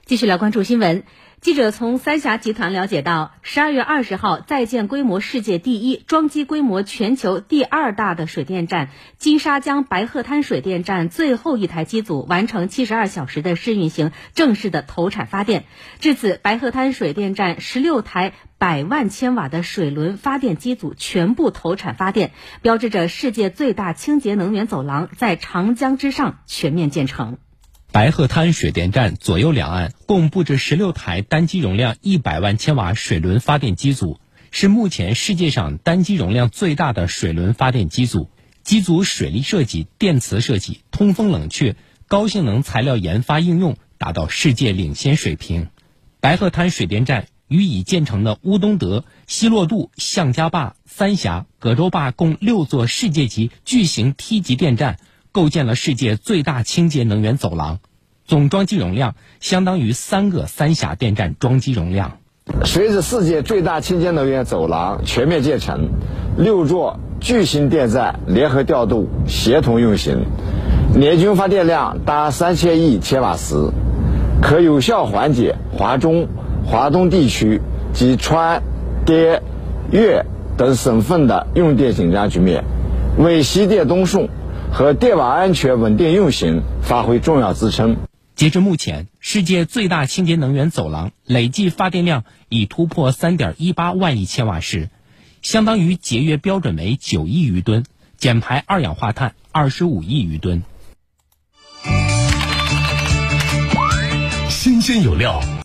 继续来关注新闻。记者从三峡集团了解到，12月20号在建规模世界第一、装机规模全球第2大的水电站金沙江白鹤滩水电站最后一台机组完成72小时的试运行，正式的投产发电。至此，白鹤滩水电站16台100万千瓦的水轮发电机组全部投产发电，标志着世界最大清洁能源走廊在长江之上全面建成。 白鹤滩水电站左右两岸共布置16台单机容量100万千瓦水轮发电机组，是目前世界上单机容量最大的水轮发电机组。机组水利设计、电磁设计、通风冷却、高性能材料研发应用达到世界领先水平。白鹤滩水电站与已建成的乌东德、西洛渡、向家坝、三峡、葛洲坝共6座世界级巨型梯级电站，构建了世界最大清洁能源走廊，总装机容量相当于3个三峡电站装机容量。 随着世界最大清洁能源走廊全面建成，6座巨型电站联合调度、协同运行，年均发电量达3000亿千瓦时，可有效缓解华中、华东地区及川、滇、粤等省份的用电紧张局面，为西电东送和电网安全稳定运行发挥重要支撑。 截至目前，世界最大清洁能源走廊累计发电量已突破 3.18 万亿千瓦时，相当于节约标准煤9亿余吨，减排二氧化碳25亿余吨。 新鲜有料，